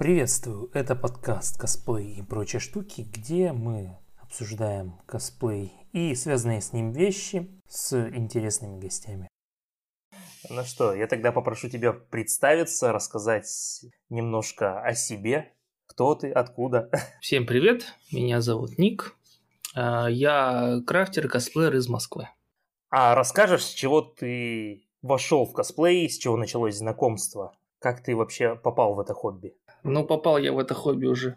Приветствую, это подкаст «Косплей и прочие штуки», где мы обсуждаем косплей и связанные с ним вещи с интересными гостями. Ну что, я тогда попрошу тебя представиться, рассказать немножко о себе. Кто ты, откуда? Всем привет, меня зовут Ник. Я крафтер и косплеер из Москвы. А расскажешь, с чего ты вошел в косплей, с чего началось знакомство? Как ты вообще попал в это хобби? Ну, попал я в это хобби уже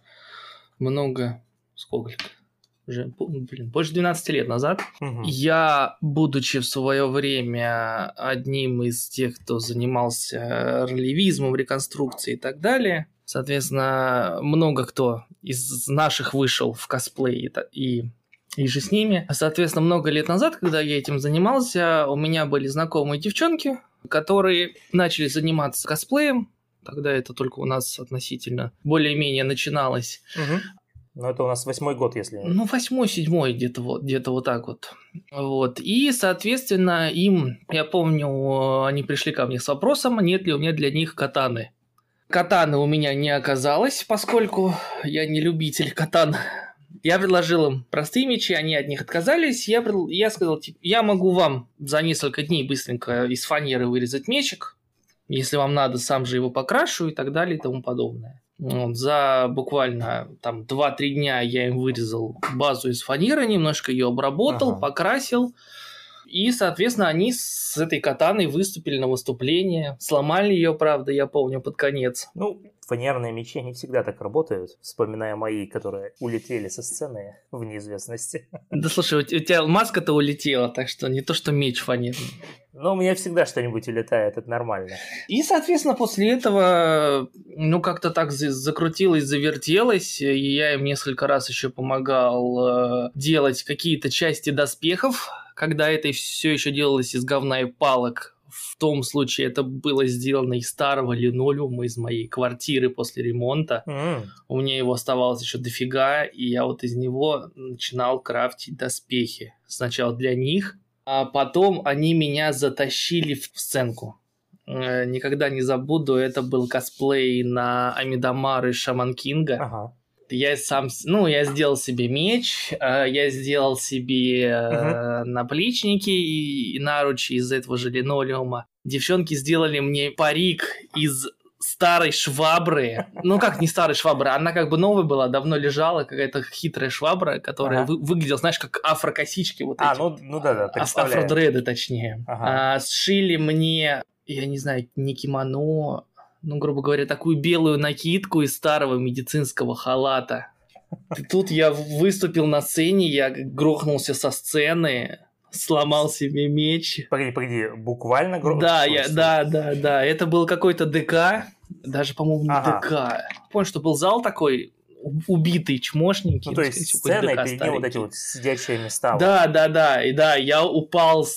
больше 12 лет назад. Угу. Я, будучи в свое время одним из тех, кто занимался ролевизмом, реконструкцией и так далее, соответственно, много кто из наших вышел в косплей и же с ними. Соответственно, много лет назад, когда я этим занимался, у меня были знакомые девчонки, которые начали заниматься косплеем. Тогда это только у нас относительно более-менее начиналось. Угу. Ну, это у нас 8-й год, если... Ну, 8-й, 7-й, где-то вот так вот. Вот. И, соответственно, я помню, они пришли ко мне с вопросом, нет ли у меня для них катаны. Катаны у меня не оказалось, поскольку я не любитель катан. Я предложил им простые мечи, они от них отказались. Я сказал, я могу вам за несколько дней быстренько из фанеры вырезать мечик. Если вам надо, сам же его покрашу и так далее и тому подобное. Вот, за буквально там 2-3 дня я им вырезал базу из фанеры, немножко ее обработал, покрасил. И, соответственно, они с этой катаной выступили на выступление. Сломали ее, правда, я помню, под конец. Ну, фанерные мечи не всегда так работают, вспоминая мои, которые улетели со сцены в неизвестности. Да слушай, у тебя маска-то улетела, так что не то, что меч фанерный. Но у меня всегда что-нибудь улетает, это нормально. И, соответственно, после этого, как-то так закрутилось, завертелось, и я им несколько раз еще помогал делать какие-то части доспехов, когда это все еще делалось из говна и палок. В том случае это было сделано из старого линолеума из моей квартиры после ремонта. У меня его оставалось еще дофига, и я вот из него начинал крафтить доспехи. Сначала для них, а потом они меня затащили в сценку. Никогда не забуду, это был косплей на Амидамар из Шаман Кинга. Я сделал себе меч, я сделал себе наплечники и наручи из этого же линолеума. Девчонки сделали мне парик из старой швабры. Ну, как не старой швабры, она как бы новая была, давно лежала, какая-то хитрая швабра, которая выглядела, знаешь, как афрокосички вот эти. Да, представляю. Афродреды, точнее. Сшили мне, я не знаю, не кимоно, грубо говоря, такую белую накидку из старого медицинского халата. И тут я выступил на сцене, я грохнулся со сцены, сломал себе меч. Погоди, буквально грохнулся? Да, это был какой-то ДК, даже, по-моему, не ДК. Помню, что был зал такой, убитый, чмошненький. Ну, то есть сцена, и перед ним вот эти вот сидячие места. Да, я упал,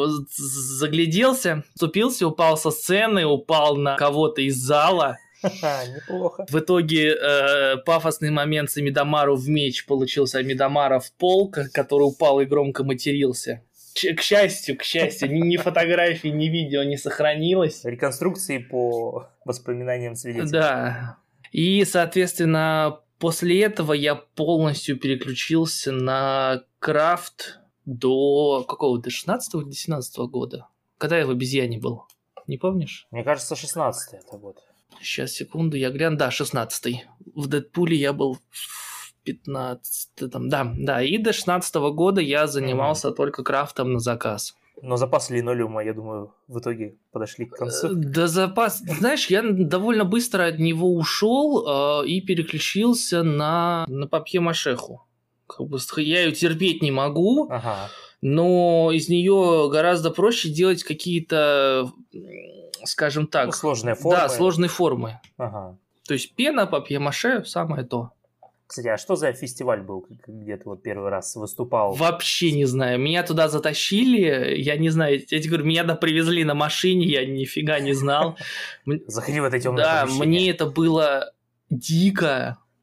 загляделся, ступился, упал со сцены, упал на кого-то из зала. Неплохо. В итоге пафосный момент с Амидамару в меч получился Амидамара в пол, который упал и громко матерился. К счастью, ни фотографий, ни видео не сохранилось. Реконструкции по воспоминаниям свидетелей. Да. И, соответственно, после этого я полностью переключился на крафт до какого-то 16-го или 17-го года. Когда я в обезьяне был? Не помнишь? Мне кажется, 16-й это год. Сейчас, секунду, я гляну. Да, 16-й. В Дэдпуле я был в 15-м. Да. И до 16-го года я занимался только крафтом на заказ. Но запас линолеума, я думаю, в итоге подошли к концу. Да, запас... Знаешь, я довольно быстро от него ушел и переключился на папье-машеху. Я ее терпеть не могу, но из нее гораздо проще делать какие-то, скажем так... сложные формы. Да, сложные формы. То есть пена, папье-маше – самое то. Кстати, а что за фестиваль был, где ты вот первый раз выступал? Вообще не знаю. Меня туда затащили, я не знаю, я тебе говорю, меня привезли на машине, я нифига не знал. Заходи в это темное помещение. Да, помещение. мне это было дико,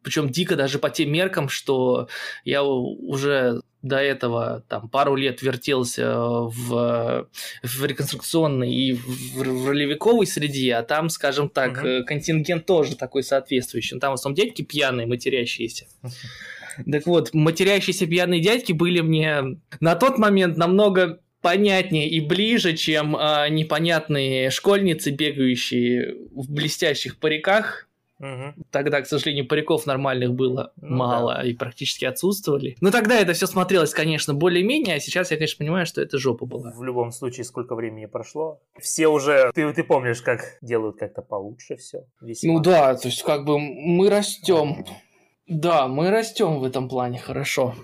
Причем дико даже по тем меркам, что я уже до этого там пару лет вертелся в реконструкционной и в ролевиковой среде, а там, скажем так, контингент тоже такой соответствующий. Там в основном дядьки пьяные, матерящиеся. Так вот, матерящиеся пьяные дядьки были мне на тот момент намного понятнее и ближе, чем непонятные школьницы, бегающие в блестящих париках. Тогда, к сожалению, париков нормальных было мало и практически отсутствовали. Но тогда это все смотрелось, конечно, более-менее, а сейчас я, конечно, понимаю, что это жопа была. В любом случае, сколько времени прошло. Все уже, ты помнишь, как делают как-то получше все. Ну да, то есть как бы мы растем. Да, мы растем в этом плане хорошо.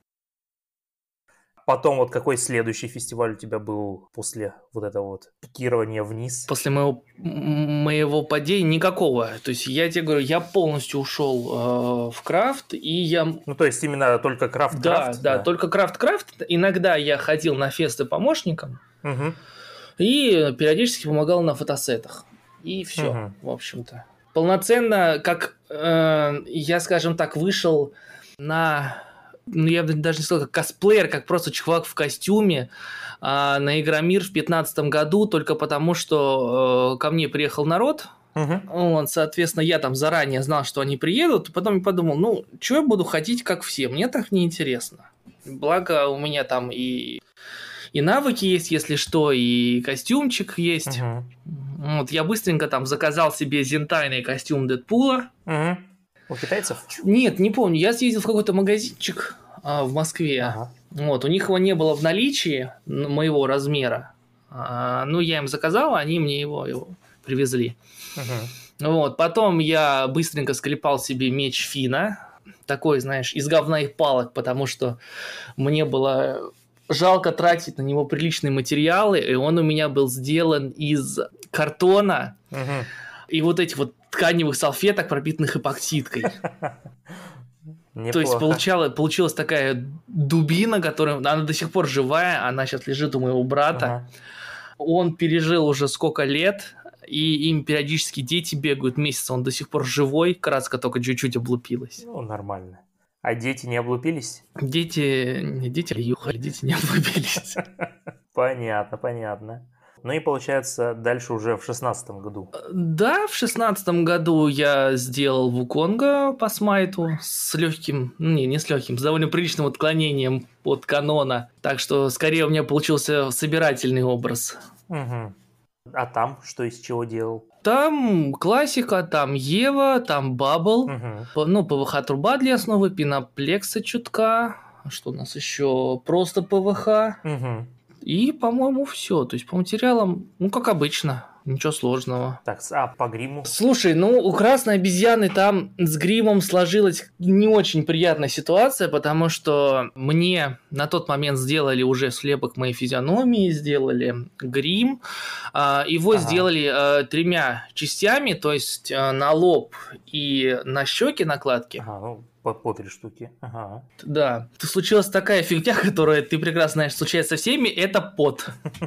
Потом вот какой следующий фестиваль у тебя был после вот этого вот пикирования вниз? После моего падения никакого. То есть я тебе говорю, я полностью ушел в крафт, и я... Ну, то есть именно только крафт? Да, только крафт. Иногда я ходил на фесты помощником и периодически помогал на фотосетах. И все, в общем-то. Полноценно, как я, скажем так, вышел на... Ну, я даже не сказал, как косплеер, как просто чувак в костюме на Игромир в 2015 году, только потому, что ко мне приехал народ. Вот, соответственно, я там заранее знал, что они приедут, потом я подумал, ну, что я буду ходить, как все, мне так неинтересно. Благо, у меня там и навыки есть, если что, и костюмчик есть. Вот, я быстренько там заказал себе зентайный костюм Дэдпула. У китайцев? Нет, не помню. Я съездил в какой-то магазинчик в Москве. Вот, у них его не было в наличии моего размера. Ну, я им заказал, они мне его привезли. Вот, потом я быстренько склепал себе меч Фина. Такой, знаешь, из говна и палок, потому что мне было жалко тратить на него приличные материалы, и он у меня был сделан из картона и вот этих вот тканевых салфеток, пропитанных эпоксидкой. То есть получилась такая дубина, которая... Она до сих пор живая, она сейчас лежит у моего брата. Он пережил уже сколько лет, и им периодически дети бегают месяц, он до сих пор живой, краска только чуть-чуть облупилась. Ну, нормально. А дети не облупились? Дети не облупились. Понятно. Ну и получается, дальше уже в 16-м году. Да, в 16-м году я сделал Вуконга по смайту с легким, не с легким, с довольно приличным отклонением от канона. Так что скорее у меня получился собирательный образ. А там что из чего делал? Там классика, там Ева, там Бабл, ну, ПВХ-труба для основы, пеноплекса чутка, что у нас еще? Просто ПВХ. И, по-моему, все. То есть по материалам, ну, как обычно, ничего сложного. Так, а по гриму? Слушай, ну, у красной обезьяны там с гримом сложилась не очень приятная ситуация, потому что мне на тот момент сделали уже слепок моей физиономии, сделали грим. Его сделали 3 частями, то есть на лоб и на щеки накладки. По 3 штуки. Да. Случилась такая фигня, которая, ты прекрасно знаешь, случается со всеми, это пот.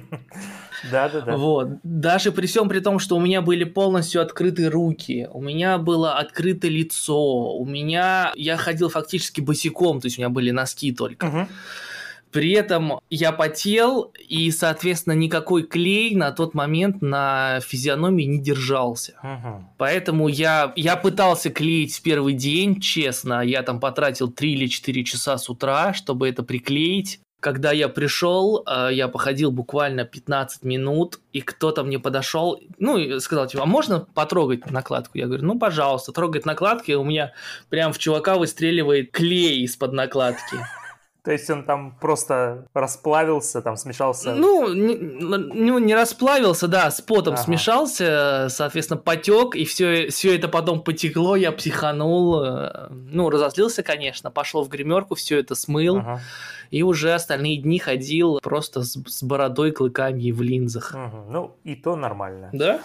Да. Вот. Даже при всем при том, что у меня были полностью открыты руки, у меня было открыто лицо, я ходил фактически босиком, то есть у меня были носки только. При этом я потел, и, соответственно, никакой клей на тот момент на физиономии не держался. Поэтому я пытался клеить в первый день, честно. Я там потратил 3 или 4 часа с утра, чтобы это приклеить. Когда я пришел, я походил буквально 15 минут, и кто-то мне подошел, ну, и сказал, типа, а можно потрогать накладку? Я говорю, ну, пожалуйста, трогать накладки, у меня прям в чувака выстреливает клей из-под накладки. То есть он там просто расплавился, там смешался? Ну, не расплавился, да, с потом смешался, соответственно, потек, и все это потом потекло, я психанул, ну, разозлился, конечно, пошел в гримерку, все это смыл, и уже остальные дни ходил просто с бородой, клыками и в линзах. Ну, и то нормально. Да?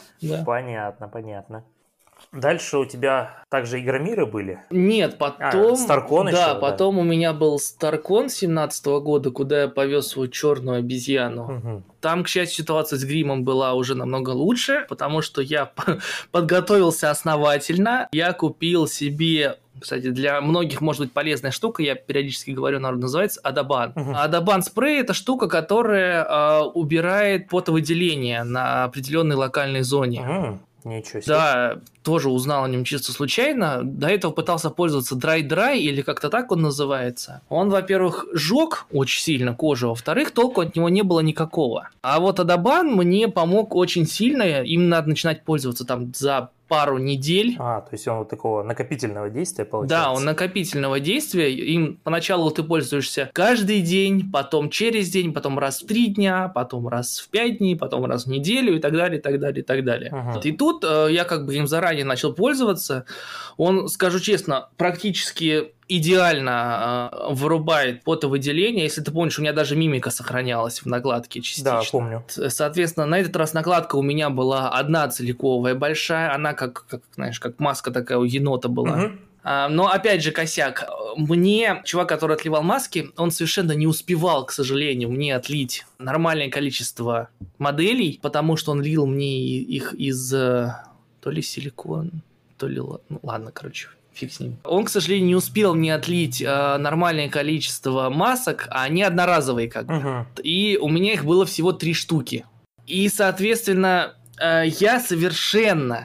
Понятно. Дальше у тебя также игромиры были? Нет, потом... Старкон еще? Да, потом у меня был Старкон 17-го года, куда я повез свою черную обезьяну. Там, к счастью, ситуация с гримом была уже намного лучше, потому что я подготовился основательно. Я купил себе Кстати, для многих может быть полезная штука, я периодически говорю, народу называется Адабан. Адабан спрей – это штука, которая убирает потовыделение на определенной локальной зоне. Ничего себе. Да, тоже узнал о нем чисто случайно. До этого пытался пользоваться Dry или как-то так он называется. Он, во-первых, жёг очень сильно кожу, во-вторых, толку от него не было никакого. А вот Адабан мне помог очень сильно, им надо начинать пользоваться там за пару недель. То есть он вот такого накопительного действия получается? Да, он накопительного действия. Им поначалу ты пользуешься каждый день, потом через день, потом раз в 3 дня, потом раз в 5 дней, потом раз в неделю и так далее, и так далее, и так далее. И тут я как бы им заранее начал пользоваться. Он, скажу честно, практически идеально вырубает потовыделение. Если ты помнишь, у меня даже мимика сохранялась в накладке частично. Да, помню. Соответственно, на этот раз накладка у меня была одна целиковая большая. Она как знаешь, как маска такая у енота была. Но опять же косяк. Мне чувак, который отливал маски, он совершенно не успевал, к сожалению, мне отлить нормальное количество моделей, потому что он лил мне их из то ли силикон, то ли... ладно, короче, фиг с ним. Он, к сожалению, не успел мне отлить нормальное количество масок, а они одноразовые как бы. И у меня их было всего 3 штуки. И, соответственно, я совершенно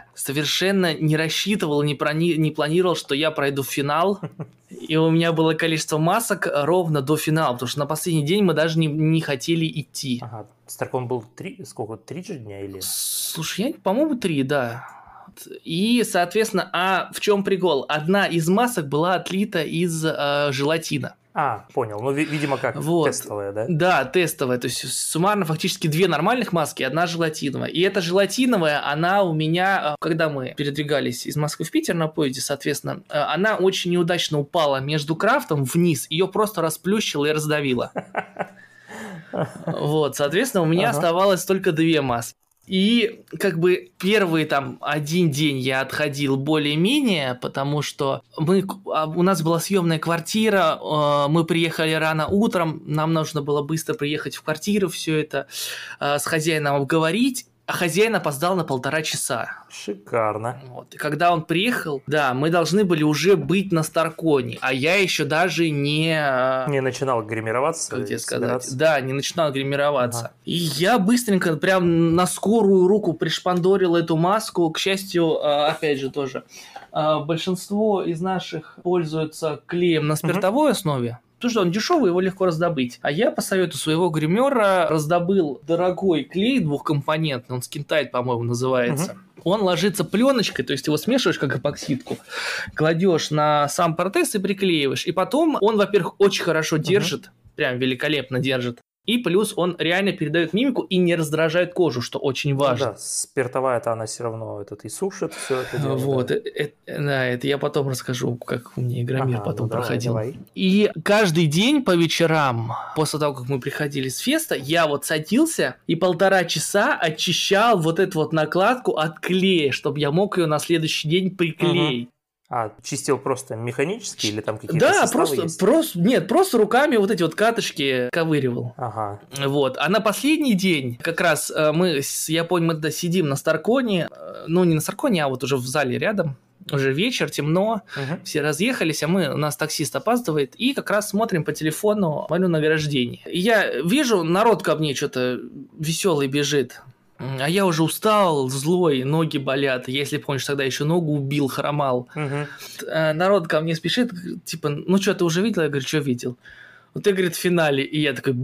не рассчитывал, не планировал, что я пройду в финал. И у меня было количество масок ровно до финала, потому что на последний день мы даже не хотели идти. Старкон был 3 же дня или? Слушай, по-моему, 3, да. И, соответственно, в чем прикол? Одна из масок была отлита из желатина. Понял. Ну, видимо, как тестовая, да? Да, тестовая. То есть, суммарно фактически 2 нормальных маски, 1 желатиновая. И эта желатиновая, она у меня, когда мы передвигались из Москвы в Питер на поезде, соответственно, она очень неудачно упала между крафтом вниз, ее просто расплющило и раздавило. Вот, соответственно, у меня оставалось только 2 маски. И как бы первый там 1 день я отходил более-менее, потому что у нас была съемная квартира, мы приехали рано утром, нам нужно было быстро приехать в квартиру, все это с хозяином обговорить. А хозяин опоздал на 1,5 часа. Шикарно. Вот. И когда он приехал, да, мы должны были уже быть на Старконе, а я еще даже не начинал гримироваться. Как тебе сказать? Да, не начинал гримироваться. И я быстренько, прям на скорую руку пришпандорил эту маску. К счастью, опять же тоже, большинство из наших пользуются клеем на спиртовой основе. Потому что он дешевый, его легко раздобыть. А я по совету своего гримера раздобыл дорогой клей двухкомпонентный, он скинтайт, по-моему, называется. Он ложится пленочкой, то есть его смешиваешь как эпоксидку, кладешь на сам протез и приклеиваешь. И потом он, во-первых, очень хорошо держит, прям великолепно держит. И плюс он реально передает мимику и не раздражает кожу, что очень важно. Да, спиртовая-то она все равно и сушит все это дело. Вот, это я потом расскажу, как у меня игромир потом проходил. Давай. И каждый день по вечерам, после того, как мы приходили с феста, я вот садился и 1,5 часа очищал вот эту вот накладку от клея, чтобы я мог ее на следующий день приклеить. Чистил просто механически или там какие-то составы есть? Просто руками вот эти вот катышки ковыривал. Вот. А на последний день как раз я помню, мы тогда сидим на Старконе, ну не на Старконе, а вот уже в зале рядом, уже вечер, темно, все разъехались, у нас таксист опаздывает, и как раз смотрим по телефону мое награждение. И я вижу, народ ко мне что-то веселый бежит. А я уже устал, злой, ноги болят. Если помнишь, тогда еще ногу убил, хромал. Народ ко мне спешит, типа, ну что, ты уже видел? Я говорю, что видел? Вот ты, говорит, в финале. И я такой,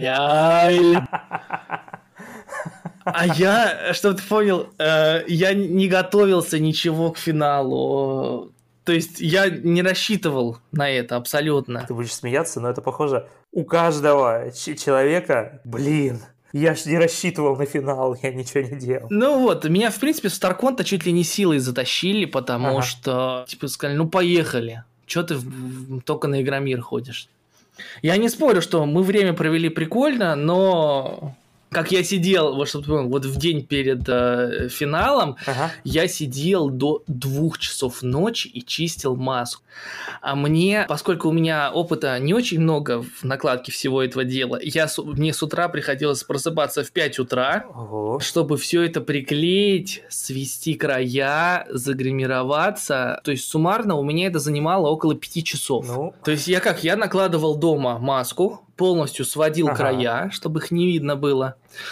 А я, чтобы ты понял, я не готовился ничего к финалу. То есть я не рассчитывал на это абсолютно. Ты будешь смеяться, но это похоже у каждого человека, я ж не рассчитывал на финал, я ничего не делал. Ну вот, меня, в принципе, в Старкон-то чуть ли не силой затащили, потому что, типа, сказали, ну поехали, чё ты только на Игромир ходишь. Я не спорю, что мы время провели прикольно, но как я сидел, вот чтобы ты понял, вот в день перед финалом, я сидел до 2 часов ночи и чистил маску. А мне, поскольку у меня опыта не очень много в накладке всего этого дела, мне с утра приходилось просыпаться в 5 утра, чтобы все это приклеить, свести края, загримироваться. То есть суммарно у меня это занимало около 5 часов. То есть я накладывал дома маску, полностью сводил края, чтобы их не видно было.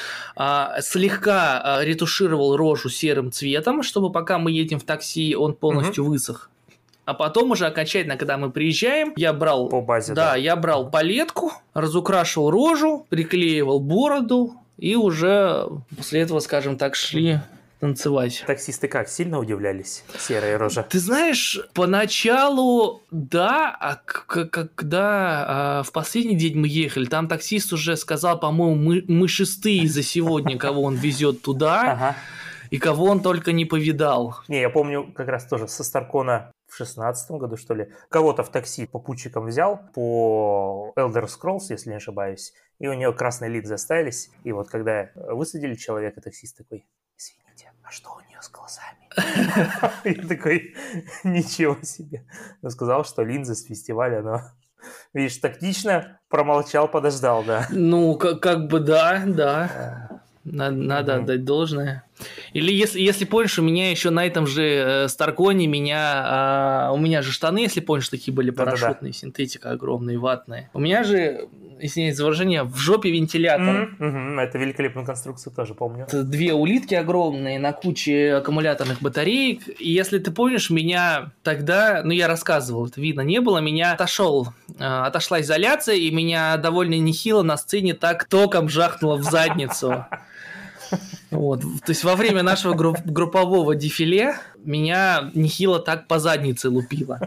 Слегка ретушировал рожу серым цветом, чтобы пока мы едем в такси, он полностью высох. А потом уже окончательно, когда мы приезжаем, я брал по базе, я брал палетку, разукрашивал рожу, приклеивал бороду, и уже после этого, скажем так, шли танцевать. Таксисты как, сильно удивлялись? Серая рожа. Ты знаешь, поначалу да, а когда в последний день мы ехали, там таксист уже сказал, по-моему, мы шестые за сегодня, кого он везет туда, и кого он только не повидал. Не, я помню как раз тоже со Старкона в 16-м году, что ли, кого-то в такси попутчиком взял по Elder Scrolls, если не ошибаюсь, и у него красные линзы остались, и вот когда высадили человека, таксист такой: извините, а что у нее с глазами? Я такой: ничего себе. Он сказал, что линзы с фестиваля, но, видишь, тактично промолчал, подождал, да. Ну, как бы да. Надо отдать должное. Или если помнишь, у меня еще на этом же Старконе у меня же штаны, если помнишь, такие были парашютные, синтетика огромные, ватные. У меня же, извиняюсь за выражение, в жопе вентилятор. Это великолепную конструкцию тоже помню. Это 2 улитки огромные на куче аккумуляторных батареек. И если ты помнишь, меня тогда, я рассказывал, это видно не было, отошла изоляция, и меня довольно нехило на сцене так током жахнуло в задницу. Вот. То есть во время нашего группового дефиле меня нехило так по заднице лупило.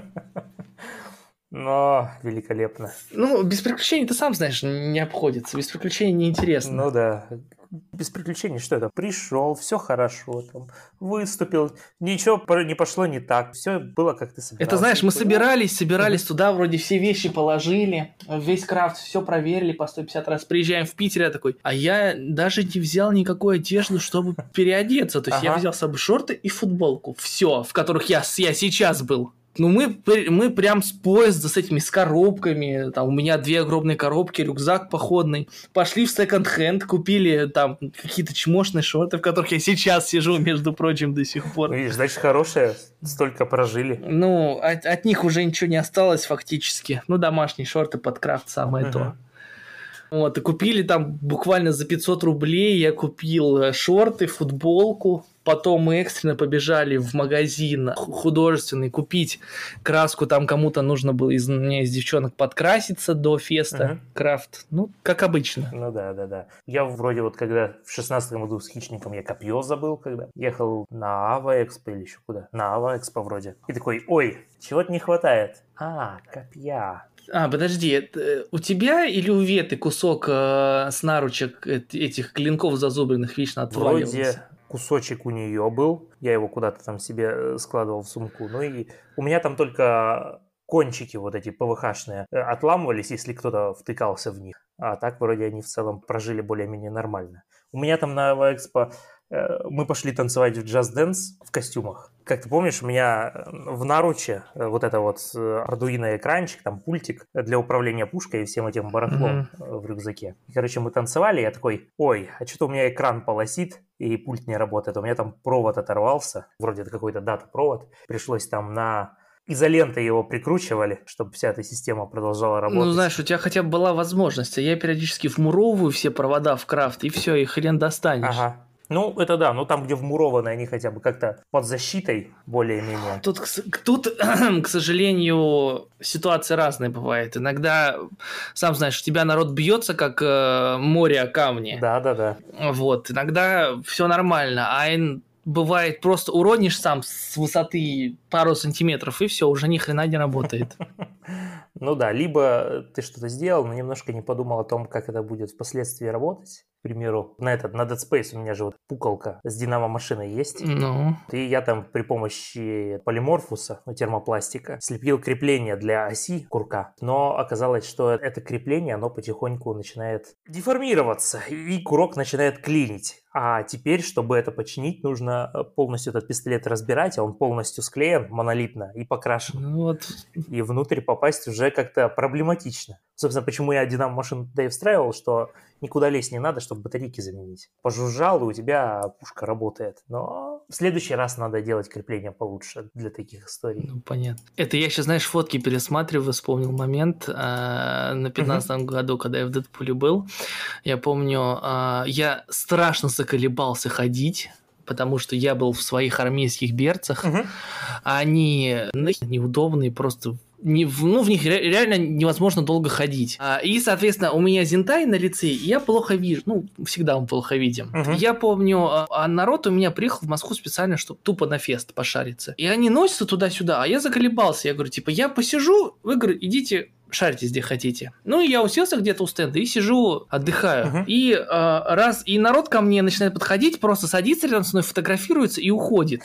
Но великолепно. Без приключений, ты сам знаешь, не обходится. Без приключений неинтересно. Ну да. Без приключений что это? Пришел, все хорошо, там, выступил, ничего не пошло не так, все было как ты собирался. Это знаешь, мы собирались туда, вроде все вещи положили, весь крафт, все проверили по 150 раз. Приезжаем в Питер, я такой, а я даже не взял никакой одежды, чтобы переодеться. То есть я взял с собой шорты и футболку. Все, в которых я сейчас был. Мы прям с поезда с этими коробками, там у меня 2 огромные коробки, рюкзак походный, пошли в секонд-хенд, купили там какие-то чмошные шорты, в которых я сейчас сижу, между прочим, до сих пор. Видишь, значит, хорошие, столько прожили. От них уже ничего не осталось фактически. Домашние шорты под крафт самое то. Вот, и купили там буквально за 500 рублей, я купил шорты, футболку, потом мы экстренно побежали в магазин художественный купить краску, там кому-то нужно было из девчонок подкраситься до феста, крафт, как обычно. Да. Я вроде вот когда в 16-м году с Хищником я копье забыл, когда ехал на Ава-экспо или еще куда, на Ава-экспо вроде, и такой, ой, чего-то не хватает, копья. Подожди, это у тебя или у Веты кусок с наручек этих клинков зазубренных вечно отваливался? Вроде кусочек у нее был, я его куда-то там себе складывал в сумку, и у меня там только кончики вот эти ПВХ-шные отламывались, если кто-то втыкался в них, а так вроде они в целом прожили более-менее нормально. У меня там на Ава-экспо мы пошли танцевать в джаз-дэнс в костюмах. Как ты помнишь, у меня в наруче вот это вот Arduino экранчик, там пультик для управления пушкой и всем этим барахлом в рюкзаке. И, короче, мы танцевали, я такой, ой, а что-то у меня экран полосит и пульт не работает. У меня там провод оторвался, вроде это какой-то дата-провод. Пришлось там на изолентой его прикручивали, чтобы вся эта система продолжала работать. Знаешь, у тебя хотя бы была возможность, а я периодически вмуровываю все провода в крафт, и все, и хрен достанешь. Это да, там, где вмурованы, они хотя бы как-то под защитой более-менее. Тут, к сожалению, ситуация разная бывает. Иногда, сам знаешь, у тебя народ бьется, как море о камни. Да. Вот, иногда все нормально, бывает, просто уронишь сам с высоты пару сантиметров, и все, уже ни хрена не работает. Либо ты что-то сделал, но немножко не подумал о том, как это будет впоследствии работать. К примеру, на Dead Space у меня же вот пукалка с динамо-машиной есть. Ну. И я там при помощи полиморфуса, термопластика, слепил крепление для оси курка. Но оказалось, что это крепление, оно потихоньку начинает деформироваться, и курок начинает клинить. А теперь, чтобы это починить, нужно полностью этот пистолет разбирать, а он полностью склеен монолитно и покрашен. Ну вот. И внутрь попасть уже как-то проблематично. Собственно, почему я динамо-машину туда и встраивал, что никуда лезть не надо, чтобы батарейки заменить. Пожужжал, и у тебя пушка работает. Но в следующий раз надо делать крепление получше для таких историй. Ну, понятно. Это я сейчас, знаешь, фотки пересматриваю, вспомнил момент на 15-м году, когда я в Дэдпуле был. Я помню, я страшно заколебался ходить, потому что я был в своих армейских берцах, а они неудобные, просто в них реально невозможно долго ходить. И, соответственно, у меня зентай на лице, и я плохо вижу. Ну, всегда мы плохо видим. Я помню, народ у меня приехал в Москву специально, чтобы тупо на фест пошариться. И они носятся туда-сюда, а я заколебался. Я говорю, типа, я посижу, вы, говорю, идите шаритесь где хотите. Ну, и я уселся где-то у стенда и сижу, отдыхаю. И народ ко мне начинает подходить, просто садится рядом со мной, фотографируется и уходит.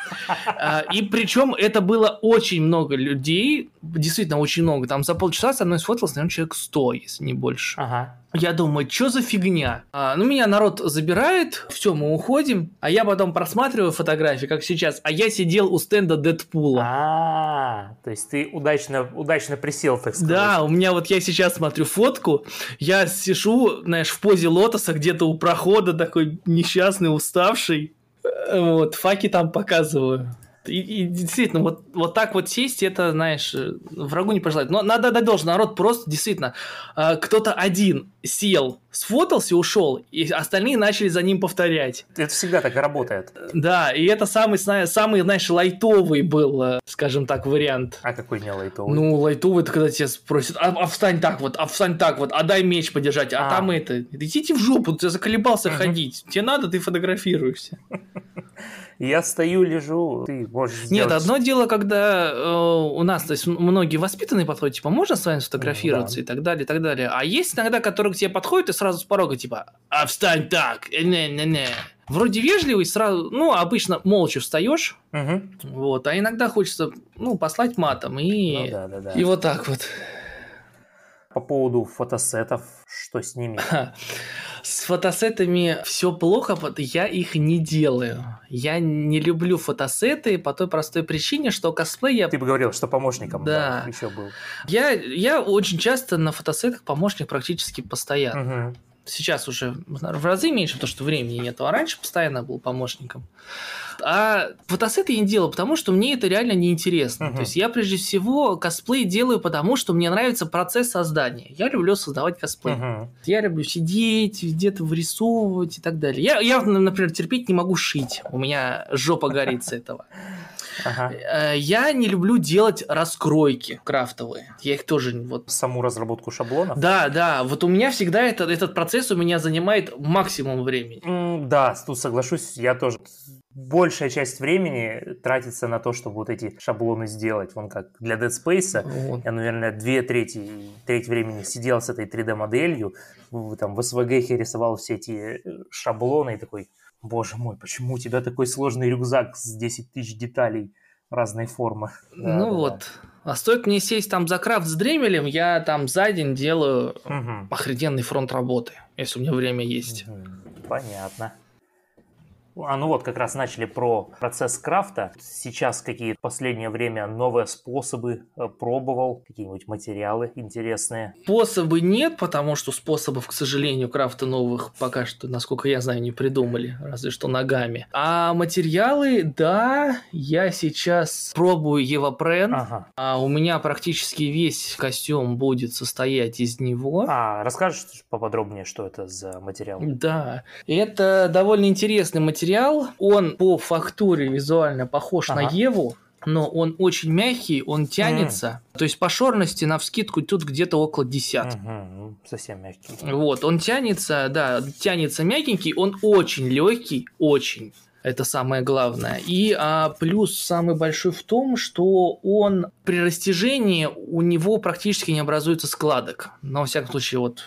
И причем это было очень много людей, действительно очень много. Там за полчаса со мной сфотался, наверное, человек 100, если не больше. Я думаю, что за фигня? Меня народ забирает, все, мы уходим, а я потом просматриваю фотографии, как сейчас, а я сидел у стенда Дэдпула. То есть ты удачно присел, так сказать. Да, у меня вот я сейчас смотрю фотку, я сижу, знаешь, в позе лотоса где-то у прохода, такой несчастный, уставший. Вот, факи там показываю. И действительно, вот так вот сесть, это, знаешь, врагу не пожелать. Но надо дать должное, народ просто, действительно, кто-то один сел, сфотался, ушел, и остальные начали за ним повторять. Это всегда так и работает. Да, и это самый, знаешь, лайтовый был, скажем так, вариант. А какой не лайтовый? Ну, лайтовый, это когда тебя спросят, встань так вот, а дай меч подержать, а там это, идите в жопу, ты заколебался ходить, тебе надо, ты фотографируешься. Я стою, лежу, ты можешь сделать... Нет, одно дело, когда у нас, то есть, многие воспитанные подходят, типа, можно с вами сфотографироваться и так далее, и так далее. А есть иногда, которые к тебе подходят и сразу с порога, типа, встань так, не-не-не. Вроде вежливый, сразу, обычно молча встаешь, вот, а иногда хочется, послать матом, и, и вот так вот. По поводу фотосетов, что с ними? С фотосетами все плохо, я их не делаю. Я не люблю фотосеты по той простой причине, что косплей Ты бы говорил, что помощником еще был. Я очень часто на фотосетах помощник практически постоянно. Сейчас уже в разы меньше, потому что времени нет, а раньше постоянно был помощником. А фотосеты я не делаю, потому что мне это реально неинтересно. То есть я прежде всего косплей делаю, потому что мне нравится процесс создания. Я люблю создавать косплей. Я люблю сидеть, где-то вырисовывать и так далее. Я, например, терпеть не могу шить. У меня жопа горит с этого. Я не люблю делать раскройки крафтовые. Я их тоже Саму разработку шаблонов? Да. Вот у меня всегда этот процесс у меня занимает максимум времени. Да, тут соглашусь, я тоже. Большая часть времени тратится на то, чтобы вот эти шаблоны сделать. Вон как для Dead Space я, наверное, треть времени сидел с этой 3D-моделью, там в SVG рисовал все эти шаблоны и такой... Боже мой, почему у тебя такой сложный рюкзак с 10 тысяч деталей разной формы? А стоит мне сесть там за крафт с Дремелем, я там за день делаю охрененный фронт работы, если у меня время есть. Понятно. Как раз начали про процесс крафта. Сейчас какие-то в последнее время новые способы пробовал? Какие-нибудь материалы интересные? Способы нет, потому что способов, к сожалению, крафта новых пока что, насколько я знаю, не придумали, разве что ногами. А материалы, да, я сейчас пробую Евапрен. А у меня практически весь костюм будет состоять из него. Расскажешь поподробнее, что это за материал? Да, это довольно интересный материал. Он по фактуре визуально похож на Еву, но он очень мягкий, он тянется. То есть по шорности навскидку тут где-то около 10. Совсем мягкий. Он тянется мягенький, он очень легкий, очень. Это самое главное. И плюс самый большой в том, что он при растяжении у него практически не образуется складок. Но, во всяком случае,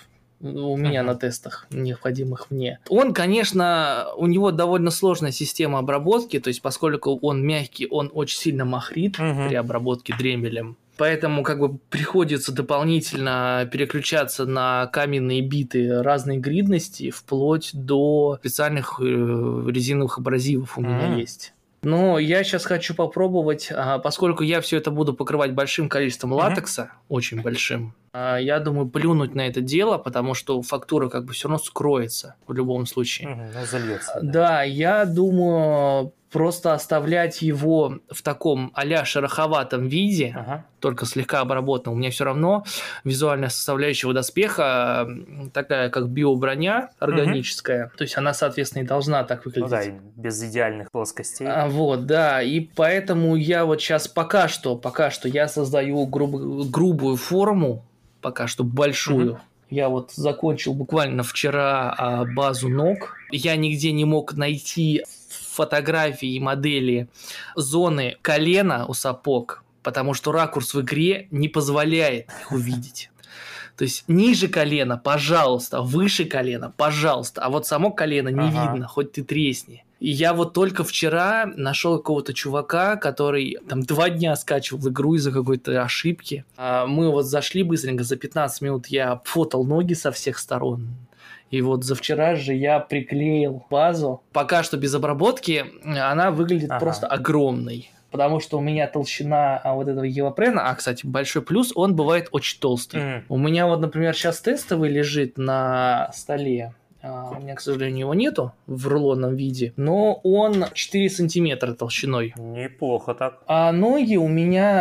у меня на тестах, необходимых мне. Он, конечно, у него довольно сложная система обработки, то есть поскольку он мягкий, он очень сильно махрит при обработке дремелем. Поэтому как бы приходится дополнительно переключаться на каменные биты разной гридности, вплоть до специальных резиновых абразивов у меня есть. Но я сейчас хочу попробовать, поскольку я все это буду покрывать большим количеством латекса, очень большим, я думаю плюнуть на это дело, потому что фактура как бы все равно скроется в любом случае. Зальется. Да, я думаю просто оставлять его в таком а-ля шероховатом виде, только слегка обработанном. У меня все равно визуальная составляющая доспеха такая, как биоброня органическая. То есть она, соответственно, и должна так выглядеть. Ну да, без идеальных плоскостей. Вот, да. И поэтому я вот сейчас пока что я создаю грубую форму, пока что большую. Я вот закончил буквально вчера базу ног. Я нигде не мог найти фотографии и модели зоны колена у сапог, потому что ракурс в игре не позволяет их увидеть. То есть ниже колена, пожалуйста, выше колена, пожалуйста, а вот само колено не видно, хоть ты тресни. И я вот только вчера нашел какого-то чувака, который там 2 дня скачивал игру из-за какой-то ошибки. Мы вот зашли быстренько, за 15 минут я фотал ноги со всех сторон. И вот за вчера же я приклеил базу. Пока что без обработки она выглядит просто огромной. Потому что у меня толщина вот этого Евапрена, кстати, большой плюс, он бывает очень толстый. У меня вот, например, сейчас тестовый лежит на столе. У меня, к сожалению, его нету в рулонном виде, но он 4 сантиметра толщиной. Неплохо так. А ноги у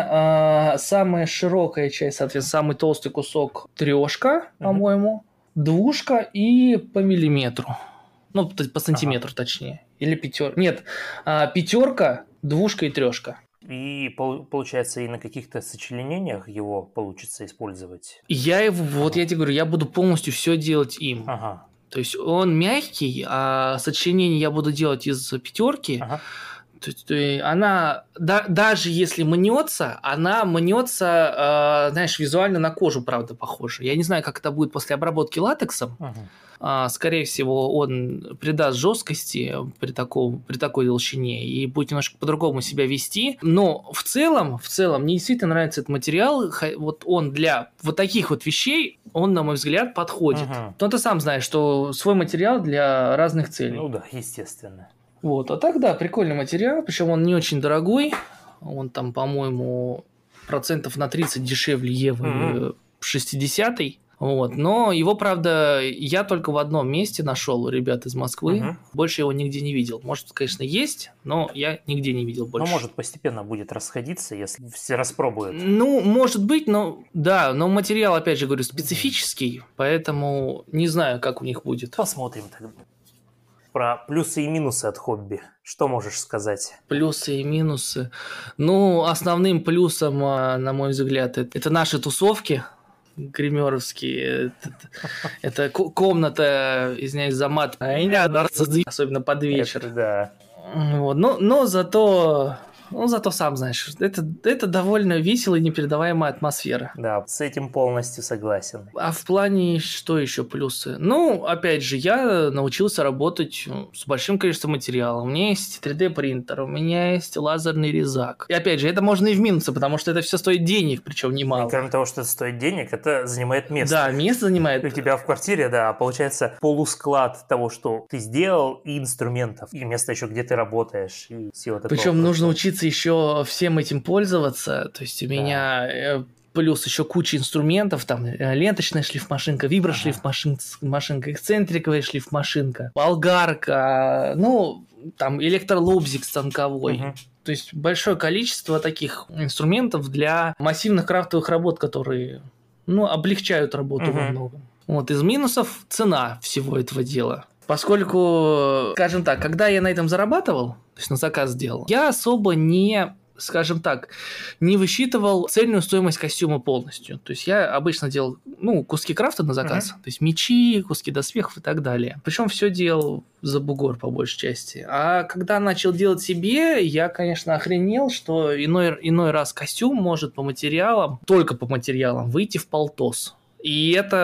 меня самая широкая часть, соответственно, самый толстый кусок 3, по-моему, 2 и по миллиметру. Ну, по сантиметру точнее. Или 5. Нет, 5, 2 и 3. И получается, и на каких-то сочленениях его получится использовать? Я его, вот я тебе говорю, я буду полностью все делать им. То есть он мягкий, а сочленение я буду делать из 5. То есть она, даже если мнется, она мнется, знаешь, визуально на кожу, правда, похожа. Я не знаю, как это будет после обработки латексом. Скорее всего, он придаст жесткости при такой толщине и будет немножко по-другому себя вести. Но в целом, мне действительно нравится этот материал. Вот он для вот таких вот вещей, он, на мой взгляд, подходит. Но ты сам знаешь, что свой материал для разных целей. Ну да, естественно. Вот, а так, да, прикольный материал, причем он не очень дорогой. Он там, по-моему, процентов на 30 дешевле Евы 60-й. Вот. Но его, правда, я только в одном месте нашел у ребят из Москвы. Больше его нигде не видел. Может, конечно, есть, но я нигде не видел больше. Ну, может, постепенно будет расходиться, если все распробуют. Ну, может быть, но да, но материал, опять же, говорю, специфический, поэтому не знаю, как у них будет. Посмотрим тогда. Про плюсы и минусы от хобби. Что можешь сказать? Плюсы и минусы. Ну, основным плюсом, на мой взгляд, это наши тусовки гримеровские. Это комната, извиняюсь за мат, особенно под вечер. Да. Вот. Но зато сам знаешь, это довольно весело и непередаваемая атмосфера. Да, с этим полностью согласен. А в плане что еще плюсы? Ну, опять же, я научился работать с большим количеством материала. У меня есть 3D-принтер, у меня есть лазерный резак. И опять же, это можно и в минусы, потому что это все стоит денег, причем немало. И кроме того, что это стоит денег, это занимает место. Да, место занимает. У тебя в квартире, да, получается полусклад того, что ты сделал, и инструментов, и место еще, где ты работаешь. И всего такого. Причем нужно учиться еще всем этим пользоваться. То есть у меня плюс еще куча инструментов, там ленточная шлифмашинка, виброшлифмашинка, эксцентриковая шлифмашинка, болгарка, ну, там электролобзик станковой. То есть большое количество таких инструментов для массивных крафтовых работ, которые, ну, облегчают работу во многом. Вот, из минусов цена всего этого дела. Поскольку, скажем так, когда я на этом зарабатывал, то есть на заказ делал, я особо не, скажем так, не высчитывал цельную стоимость костюма полностью. То есть я обычно делал, ну, куски крафта на заказ, то есть мечи, куски доспехов и так далее. Причем все делал за бугор по большей части. А когда начал делать себе, я, конечно, охренел, что иной раз костюм может по материалам, только по материалам, выйти в полтос. И это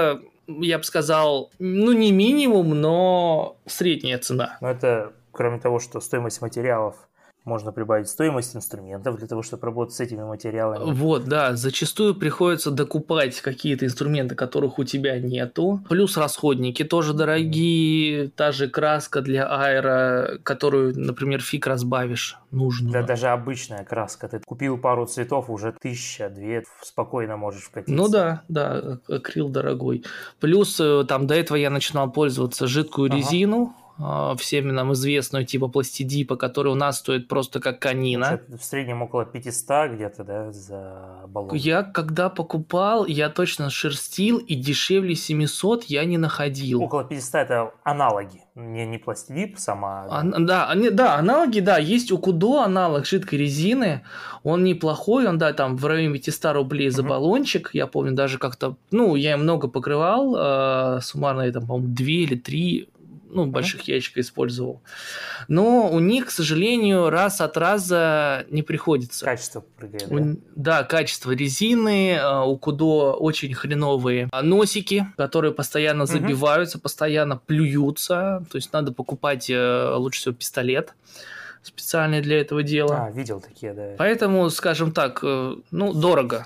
я бы сказал, ну, не минимум, но средняя цена. Но это, кроме того, что стоимость материалов, можно прибавить стоимость инструментов для того, чтобы работать с этими материалами. Вот, да, зачастую приходится докупать какие-то инструменты, которых у тебя нету. Плюс расходники тоже дорогие, та же краска для аэро, которую, например, фиг разбавишь нужную. Да, даже обычная краска. Ты купил пару цветов, уже 1000-2 спокойно можешь вкатиться. Ну да, акрил дорогой. Плюс там до этого я начинал пользоваться жидкую резину, всем нам известную, типа пластидипа, которая у нас стоит просто как конина. В среднем около 500 где-то, да, за баллон. Я когда покупал, я точно шерстил, и дешевле 700 я не находил. Около 500 это аналоги, не пластидип сама. Да, аналоги, да, есть у Кудо аналог жидкой резины, он неплохой, он, да, там в районе 500 рублей за баллончик, я помню, даже как-то, ну, я им много покрывал, суммарно я там, по-моему, 2 или 3 больших ящика использовал. Но у них, к сожалению, раз от раза не приходится. Качество прыгает, да? Да, качество резины. У Кудо очень хреновые носики, которые постоянно забиваются, постоянно плюются. То есть надо покупать лучше всего пистолет специальный для этого дела. Видел такие, да. Поэтому, скажем так, дорого.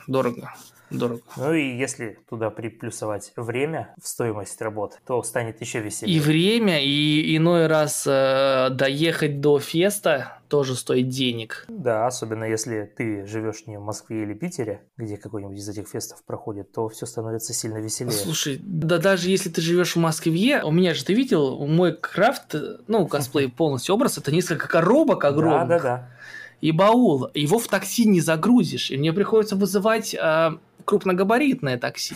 Ну и если туда приплюсовать время в стоимость работы, то станет еще веселее. И время, и иной раз доехать до феста тоже стоит денег. Да, особенно если ты живешь не в Москве или Питере, где какой-нибудь из этих фестов проходит, то все становится сильно веселее. Слушай, да даже если ты живешь в Москве, у меня же, ты видел, мой крафт, косплей полностью образ, это несколько коробок огромных. Да. И баул, его в такси не загрузишь, и мне приходится вызывать крупногабаритное такси.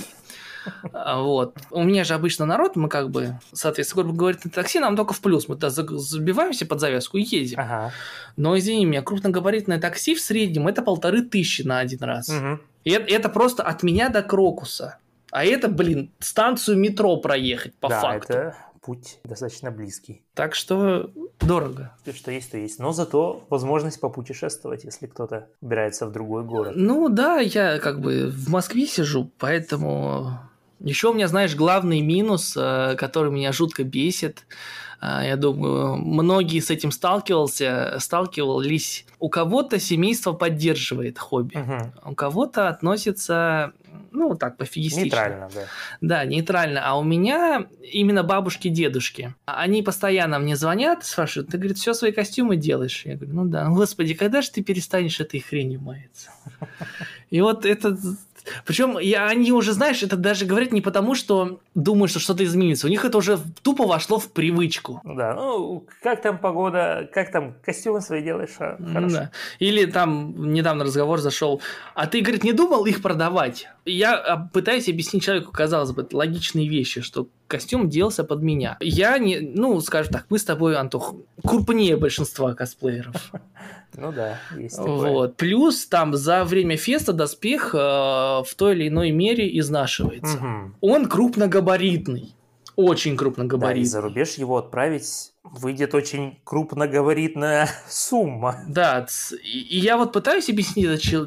Вот. У меня же обычно народ, мы соответственно, крупногабаритное такси нам только в плюс. Мы туда забиваемся под завязку и едем. Но, извини меня, крупногабаритное такси в среднем это 1500 на один раз. И это просто от меня до Крокуса. А это, станцию метро проехать по факту. Это путь достаточно близкий. Так что дорого. Что есть, то есть. Но зато возможность попутешествовать, если кто-то убирается в другой город. Ну да, я в Москве сижу, поэтому... Еще у меня, знаешь, главный минус, который меня жутко бесит, я думаю, многие с этим сталкивались. У кого-то семейство поддерживает хобби, у кого-то относится, так, пофигистично. Нейтрально, да. Да, нейтрально. А у меня именно бабушки, дедушки. Они постоянно мне звонят, спрашивают, ты, говорит, все свои костюмы делаешь? Я говорю, да. Господи, когда же ты перестанешь этой хренью маяться? И вот это... Причем они уже, знаешь, это даже говорят не потому, что думают, что что-то изменится. У них это уже тупо вошло в привычку. Да, как там погода, как там костюмы свои делаешь, хорошо. Да. Или там недавно разговор зашел, а ты, говорит, не думал их продавать? Я пытаюсь объяснить человеку, казалось бы, логичные вещи, что костюм делался под меня. Я не, скажем так, мы с тобой, Антох, крупнее большинства косплееров. Ну да, есть такое. Вот. Плюс там за время феста доспех в той или иной мере изнашивается. Он крупногабаритный. Очень крупногабаритный. Да, и за рубеж его отправить выйдет очень крупногабаритная сумма. Да, и я вот пытаюсь объяснить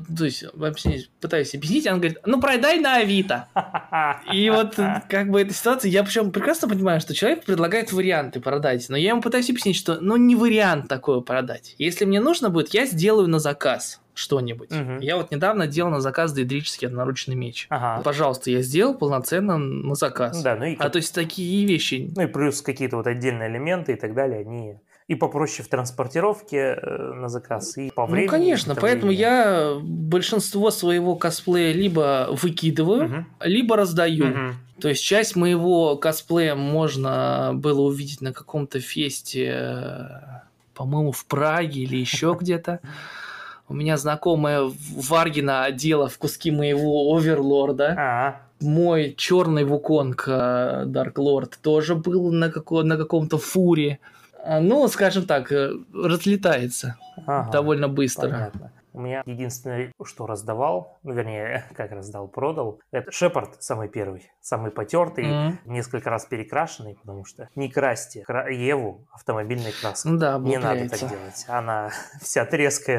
она говорит, продай на Авито. И вот эта ситуация, я причем прекрасно понимаю, что человек предлагает варианты продать, но я ему пытаюсь объяснить, что не вариант такое продать. Если мне нужно будет, я сделаю на заказ что-нибудь. Я вот недавно делал на заказ дейдрический одноручный меч. Пожалуйста, я сделал полноценно на заказ. Да, то есть такие вещи. Ну и плюс какие-то вот отдельные элементы и так далее, они и попроще в транспортировке на заказ, и по времени. Ну, конечно, поэтому я большинство своего косплея либо выкидываю, либо раздаю. То есть часть моего косплея можно было увидеть на каком-то фесте, по-моему, в Праге или еще где-то. У меня знакомая Варгина одела в куски моего Оверлорда. Мой черный вуконг Dark Lord тоже был на каком-то фуре. Скажем так, разлетается довольно быстро. Понятно. У меня единственное, что раздавал, продал, это Шепард самый первый, самый потертый, несколько раз перекрашенный, потому что не красьте Еву автомобильной краской. Да, не надо так делать, она вся трескается.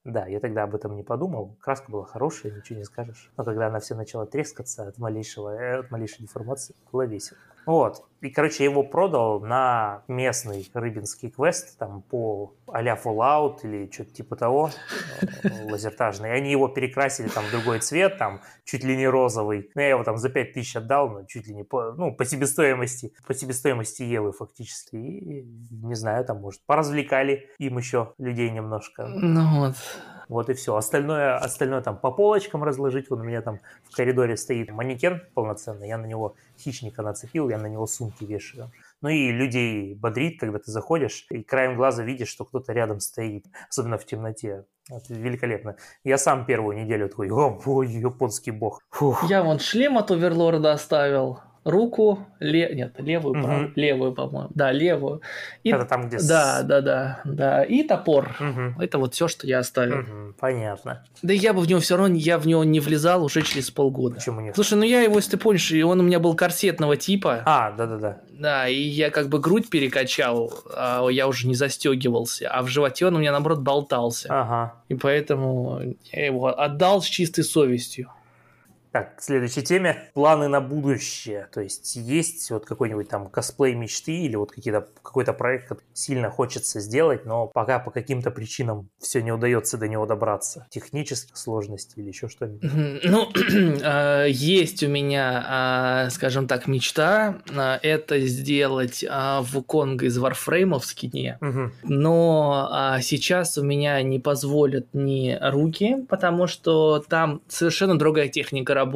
Да, я тогда об этом не подумал. Краска была хорошая, ничего не скажешь. Но когда она все начала трескаться от малейшей деформации, было весело. Вот. И, короче, я его продал на местный рыбинский квест, там, по а-ля Fallout или что-то типа того, лазертажный. И они его перекрасили там в другой цвет, там, чуть ли не розовый. Но я его там за 5000 отдал, но чуть ли не по себестоимости Евы фактически. И, не знаю, там, может, поразвлекали им еще людей немножко. Ну вот. Вот и все. Остальное там по полочкам разложить. Вон у меня там в коридоре стоит манекен полноценный. Я на него хищника нацепил, я на него сумки вешаю. Ну и людей бодрит, когда ты заходишь, и краем глаза видишь, что кто-то рядом стоит. Особенно в темноте. Это великолепно. Я сам первую неделю такой, о, бой, японский бог. Фух. Я вон шлем от Оверлорда оставил. Руку, левую, левую, по-моему. Да, левую. И... Это там, где... Да. И топор. Это вот все, что я оставил. Понятно. Да я бы в него все равно, я в него не влезал уже через полгода. Почему нет? Слушай, ну я его, если ты помнишь, он у меня был корсетного типа. Да. Да, и я как бы грудь перекачал, а я уже не застегивался. А в животе он у меня, наоборот, болтался. Ага. И поэтому я его отдал с чистой совестью. Так, к следующей теме. Планы на будущее. То есть вот какой-нибудь там косплей мечты или вот какой-то проект, который сильно хочется сделать, но пока по каким-то причинам все не удается до него добраться. Технических сложностей или еще что-нибудь. Ну, есть у меня, скажем так, мечта. Это сделать Вуконг из Warframe в скине. Но сейчас у меня не позволят ни руки, потому что там совершенно другая техника работы,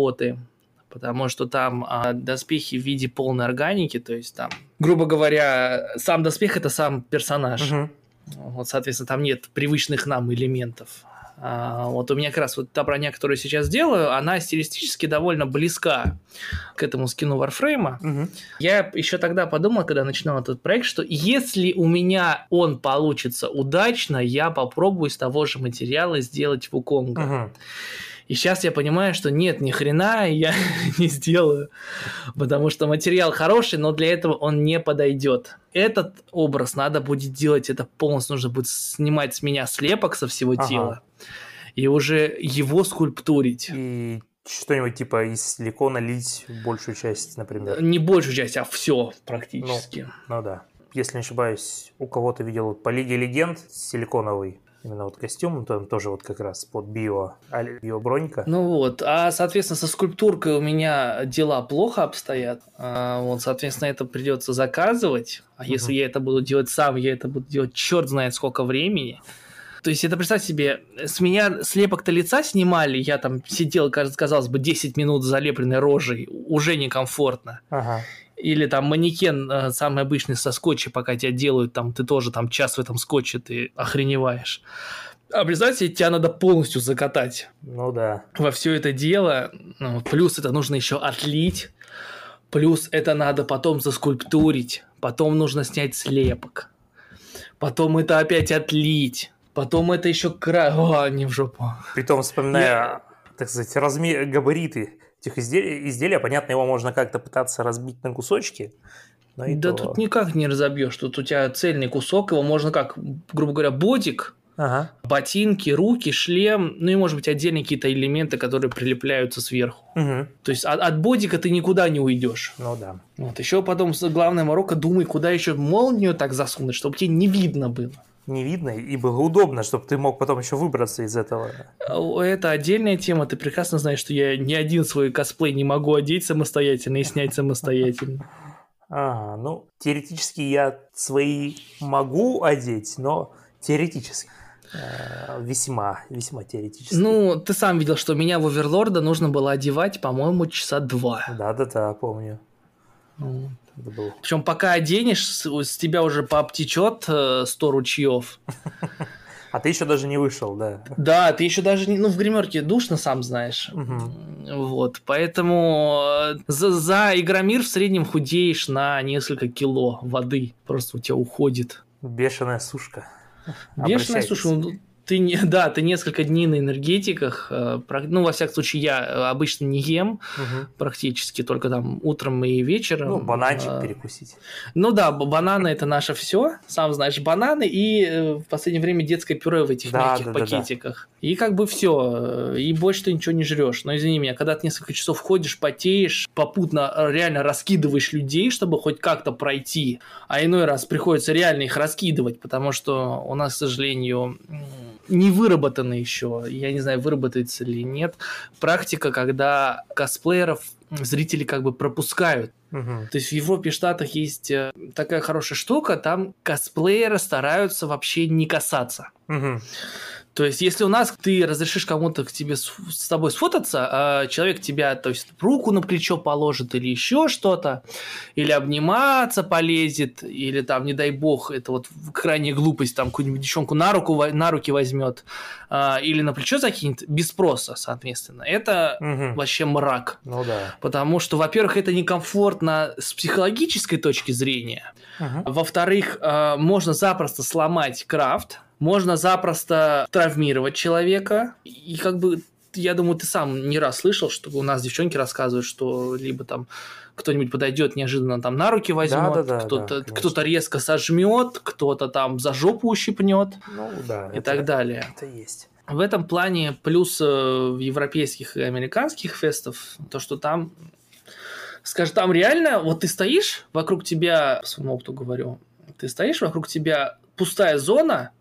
потому что там доспехи в виде полной органики, то есть там, грубо говоря, сам доспех – это сам персонаж. Вот, соответственно, там нет привычных нам элементов. Вот у меня как раз вот та броня, которую я сейчас делаю, она стилистически довольно близка к этому скину Warframe. Я еще тогда подумал, когда начинал этот проект, что если у меня он получится удачно, я попробую из того же материала сделать Вуконга. И сейчас я понимаю, что нет, ни хрена я не сделаю, потому что материал хороший, но для этого он не подойдет. Этот образ надо будет делать, это полностью нужно будет снимать с меня слепок со всего тела и уже его скульптурить. И что-нибудь типа из силикона лить большую часть, например. Не большую часть, а все практически. Ну да. Если не ошибаюсь, у кого-то видел по Лиге Легенд силиконовый. Именно вот костюм, там тоже вот как раз под биобронька. Ну вот, соответственно, со скульптуркой у меня дела плохо обстоят. Вот, соответственно, это придется заказывать. А если я это буду делать сам, я это буду делать черт знает сколько времени. То есть это, представь себе, с меня слепок-то лица снимали, я там сидел, казалось бы, 10 минут с залепленной рожей, уже некомфортно. Или там манекен самый обычный со скотча, пока тебя делают, там ты тоже там час в этом скотче, ты охреневаешь. А представьте, тебя надо полностью закатать. Ну да. Во все это дело. Плюс это нужно еще отлить. Плюс это надо потом заскульптурить. Потом нужно снять слепок. Потом это опять отлить. Потом это еще не в жопу. Притом, вспоминая, так сказать, габариты этих изделия, понятно, его можно как-то пытаться разбить на кусочки. Да тут никак не разобьешь. Тут у тебя цельный кусок, его можно как, грубо говоря, ботик, ботинки, руки, шлем, ну и, может быть, отдельные какие-то элементы, которые прилепляются сверху. То есть от ботика ты никуда не уйдешь. Ну да. Вот еще потом главное морока, думай, куда еще молнию так засунуть, чтобы тебе не видно было. Не видно, и было удобно, чтобы ты мог потом еще выбраться из этого. Это отдельная тема. Ты прекрасно знаешь, что я ни один свой косплей не могу одеть самостоятельно и снять самостоятельно. Ну, теоретически я свои могу одеть, но теоретически. Весьма теоретически. Ну, ты сам видел, что меня в Оверлорда нужно было одевать, по-моему, часа 2. Да, помню. Причем пока оденешь, с тебя уже пообтечет 100 ручьев. А ты еще даже не вышел, да? Да, ты еще даже не... Ну, в гримерке душно, сам знаешь. Вот, поэтому за Игромир в среднем худеешь на несколько кило воды. Просто у тебя уходит. Бешеная сушка. Бешеная сушка. ты несколько дней на энергетиках, ну, во всяком случае, я обычно не ем практически, только там утром и вечером. Ну, бананчик перекусить. Ну да, бананы – это наше все, сам знаешь, бананы и в последнее время детское пюре в этих мягких пакетиках. И как бы все, и больше ты ничего не жрешь. Но извини меня, когда ты несколько часов ходишь, потеешь, попутно реально раскидываешь людей, чтобы хоть как-то пройти, а иной раз приходится реально их раскидывать, потому что у нас, к сожалению, не выработана еще, я не знаю, выработается или нет, практика, когда косплееров зрители как бы пропускают. То есть в Европе и Штатах есть такая хорошая штука, там косплееры стараются вообще не касаться. То есть, если у нас ты разрешишь кому-то к тебе с тобой сфотаться, а человек тебя, то есть, руку на плечо положит или еще что-то, или обниматься полезет, или там, не дай бог, это вот крайняя глупость, там какую-нибудь девчонку на руки возьмет, или на плечо закинет, без спроса, соответственно. Это вообще мрак. Ну да. Потому что, во-первых, это некомфортно с психологической точки зрения. Во-вторых, можно запросто сломать крафт, можно запросто травмировать человека. И как бы, я думаю, ты сам не раз слышал, что у нас девчонки рассказывают, что либо там кто-нибудь подойдет неожиданно там на руки возьмет, кто-то резко сожмет, кто-то там за жопу ущипнет, ну, да, и так далее. Это есть. В этом плане плюс в европейских и американских фестов, то, что там, скажем, там реально, вот ты стоишь, вокруг тебя, по своему опыту говорю, ты стоишь, вокруг тебя пустая зона,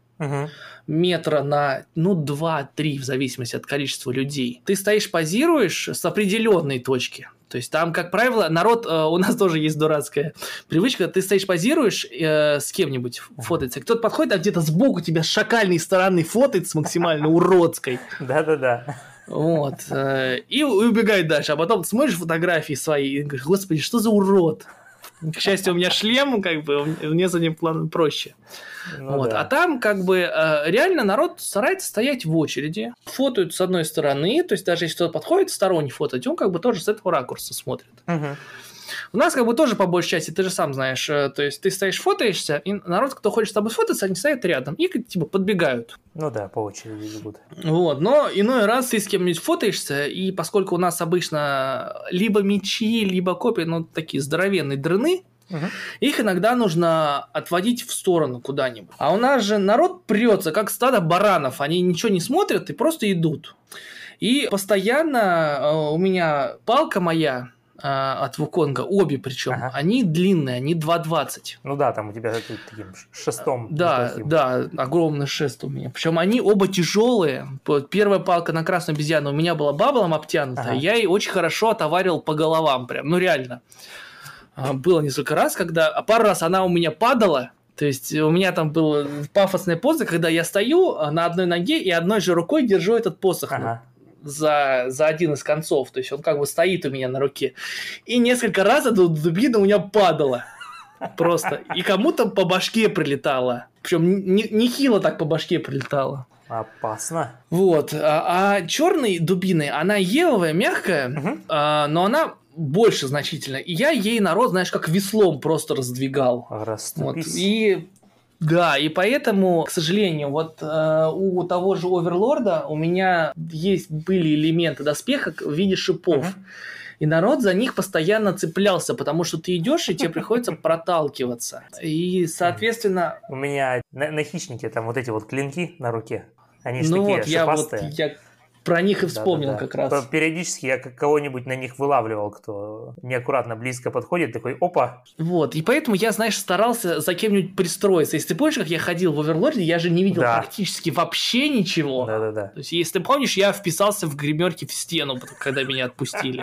метра на, 2-3, в зависимости от количества людей. Ты стоишь, позируешь с определенной точки. То есть там, как правило, народ, у нас тоже есть дурацкая привычка, ты стоишь, позируешь с кем-нибудь, фотается, кто-то подходит, а где-то сбоку тебя с шакальной стороны фотает с максимально уродской. Да-да-да. Вот. И убегает дальше. А потом смотришь фотографии свои и говоришь, господи, что за урод? К счастью, у меня шлем, как бы, мне за ним план проще. Ну, вот. Да. А там, как бы, реально народ старается стоять в очереди, фотоют с одной стороны, то есть даже если кто-то подходит сторонний фотать, он как бы тоже с этого ракурса смотрит. У нас как бы тоже по большей части, ты же сам знаешь, то есть ты стоишь, фотоешься, и народ, кто хочет с тобой фототься, они стоят рядом и типа подбегают. Ну да, по очереди бегут. Вот, но иной раз ты с кем-нибудь фотоешься, и поскольку у нас обычно либо мечи, либо копии, ну такие здоровенные дрыны, их иногда нужно отводить в сторону куда-нибудь. А у нас же народ прется, как стадо баранов, они ничего не смотрят и просто идут. И постоянно у меня палка моя от Вуконга, обе причем, они длинные, они 2,20. Ну да, там у тебя таким шестом. Да, да, огромный шест у меня. Причем они оба тяжелые. Первая палка на красную обезьяну у меня была баблом обтянута, я ей очень хорошо отоварил по головам прям, ну реально. Было несколько раз, когда пару раз она у меня падала. То есть у меня там была пафосная поза, когда я стою на одной ноге и одной же рукой держу этот посох за один из концов. То есть он как бы стоит у меня на руке. И несколько раз эта дубина у меня падала. Просто. И кому-то по башке прилетала. Причем нехило так по башке прилетала. Опасно. Вот. А черной дубиной, она еловая, мягкая, но она больше значительно. И я ей народ, знаешь, как веслом просто раздвигал. Расступись. Вот. И да, и поэтому, к сожалению, вот у того же Оверлорда у меня были элементы доспеха в виде шипов. И народ за них постоянно цеплялся, потому что ты идешь, и тебе приходится проталкиваться. И, соответственно... У меня на хищнике там вот эти вот клинки на руке. Они же такие шипастые. Я про них и вспомнил как раз. Периодически я кого-нибудь на них вылавливал, кто неаккуратно близко подходит, такой опа. Вот, и поэтому я, знаешь, старался за кем-нибудь пристроиться. Если ты помнишь, как я ходил в Оверлорде, я же не видел практически вообще ничего. Да-да-да. То есть, если ты помнишь, я вписался в гримерке в стену, когда меня отпустили.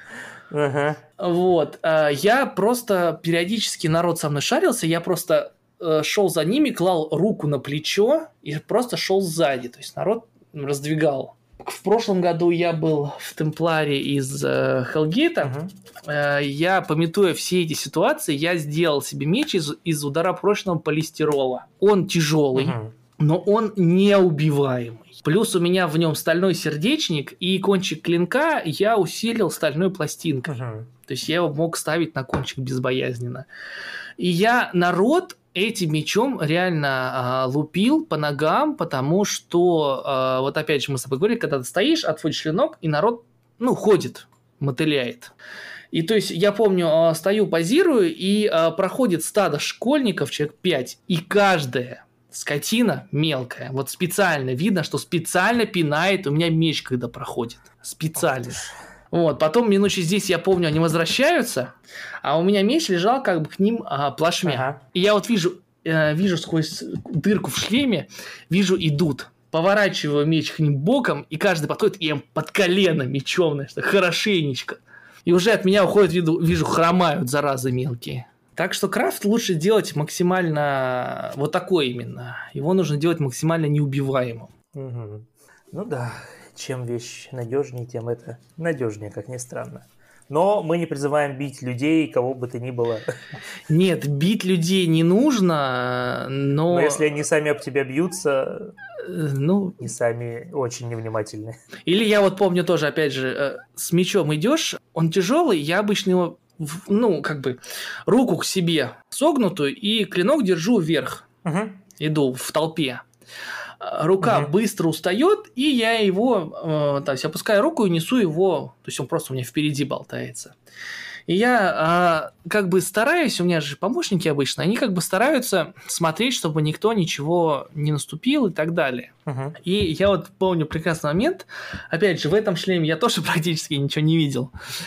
Вот, я просто периодически народ со мной шарился, я просто шел за ними, клал руку на плечо и просто шел сзади. То есть, народ раздвигал. В прошлом году я был в Темпларе из Хелгейта. Я, памятуя все эти ситуации, я сделал себе меч из ударопрочного полистирола. Он тяжелый, но он неубиваемый. Плюс у меня в нем стальной сердечник, и кончик клинка я усилил стальной пластинкой. То есть я его мог ставить на кончик безбоязненно. И народ этим мечом реально лупил по ногам, потому что, вот опять же мы с тобой говорили, когда ты стоишь, отводишь клинок, и народ, ходит, мотыляет. И то есть я помню, стою, позирую, и проходит стадо школьников, человек 5, и каждая скотина мелкая, вот специально видно, что специально пинает у меня меч, когда проходит. Специально. Вот, потом минут через 10, я помню, они возвращаются, а у меня меч лежал как бы к ним плашмя. Ага. И я вот вижу сквозь дырку в шлеме, идут. Поворачиваю меч к ним боком, и каждый подходит, и я им под колено мечом, значит, хорошенечко. И уже от меня уходят, вижу, хромают, заразы мелкие. Так что крафт лучше делать максимально вот такой именно. Его нужно делать максимально неубиваемым. Угу. Ну да, чем вещь надежнее, тем это надежнее, как ни странно. Но мы не призываем бить людей, кого бы то ни было. Нет, бить людей не нужно, но... Но если они сами об тебя бьются, и сами очень невнимательны. Или я вот помню тоже, опять же, с мечом идешь, он тяжелый, я обычно его, руку к себе согнутую и клинок держу вверх. Угу. Иду в толпе. Рука быстро устает, и я его, опускаю руку и несу его, то есть он просто у меня впереди болтается. И я стараюсь, у меня же помощники обычно, они стараются смотреть, чтобы никто ничего не наступил и так далее. И я вот помню прекрасный момент, опять же, в этом шлеме я тоже практически ничего не видел,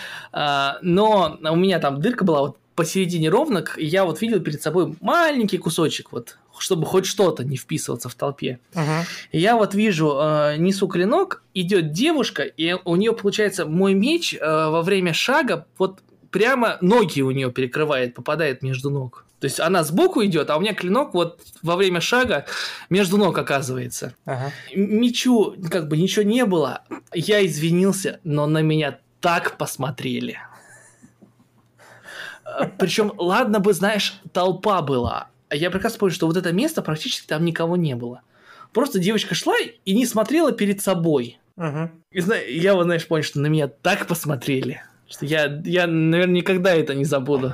но у меня там дырка была вот посередине ровно, и я вот видел перед собой маленький кусочек вот, чтобы хоть что-то не вписываться в толпе. И я вот вижу, несу клинок, идет девушка, и у нее, получается, мой меч во время шага вот прямо ноги у нее перекрывает, попадает между ног. То есть она сбоку идет, а у меня клинок вот во время шага между ног оказывается. Мечу ничего не было. Я извинился, но на меня так посмотрели. Причем, ладно бы, знаешь, толпа была. Я прекрасно помню, что вот это место практически там никого не было. Просто девочка шла и не смотрела перед собой. И я вот, знаешь, понял, что на меня так посмотрели, что я, наверное, никогда это не забуду.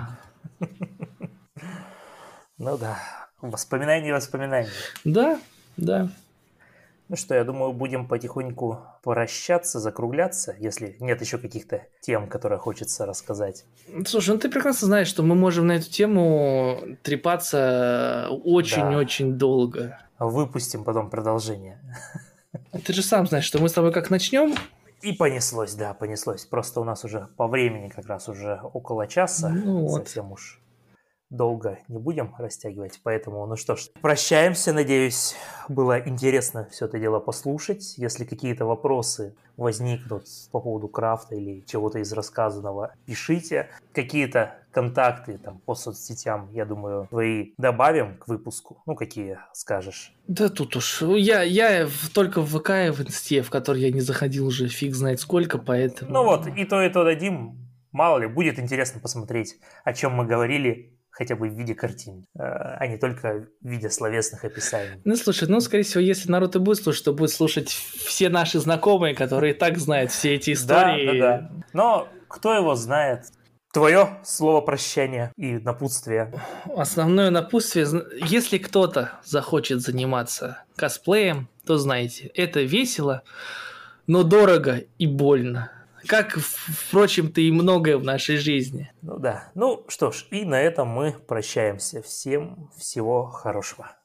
Ну да, воспоминания. Да. Ну что, я думаю, будем потихоньку прощаться, закругляться, если нет еще каких-то тем, которые хочется рассказать. Слушай, ты прекрасно знаешь, что мы можем на эту тему трепаться очень-очень долго. Выпустим потом продолжение. Ты же сам знаешь, что мы с тобой как начнем... И понеслось. Просто у нас уже по времени как раз уже около часа. Совсем уж долго не будем растягивать. Поэтому, что ж, прощаемся. Надеюсь, было интересно все это дело послушать. Если какие-то вопросы возникнут по поводу крафта или чего-то из рассказанного, пишите. Какие-то контакты по соцсетям, я думаю, твои добавим к выпуску. Какие скажешь? Да тут уж. Я только в ВК и в Инсте, в который я не заходил уже фиг знает сколько, поэтому... и то дадим. Мало ли, будет интересно посмотреть, о чем мы говорили, хотя бы в виде картин, а не только в виде словесных описаний. Слушай, скорее всего, если народ и будет слушать, то будет слушать все наши знакомые, которые и так знают все эти истории. Да. Но кто его знает? Твое слово прощания и напутствие. Основное напутствие, если кто-то захочет заниматься косплеем, то знаете, это весело, но дорого и больно. Как, впрочем-то, и многое в нашей жизни. Да. Что ж, и на этом мы прощаемся. Всем всего хорошего.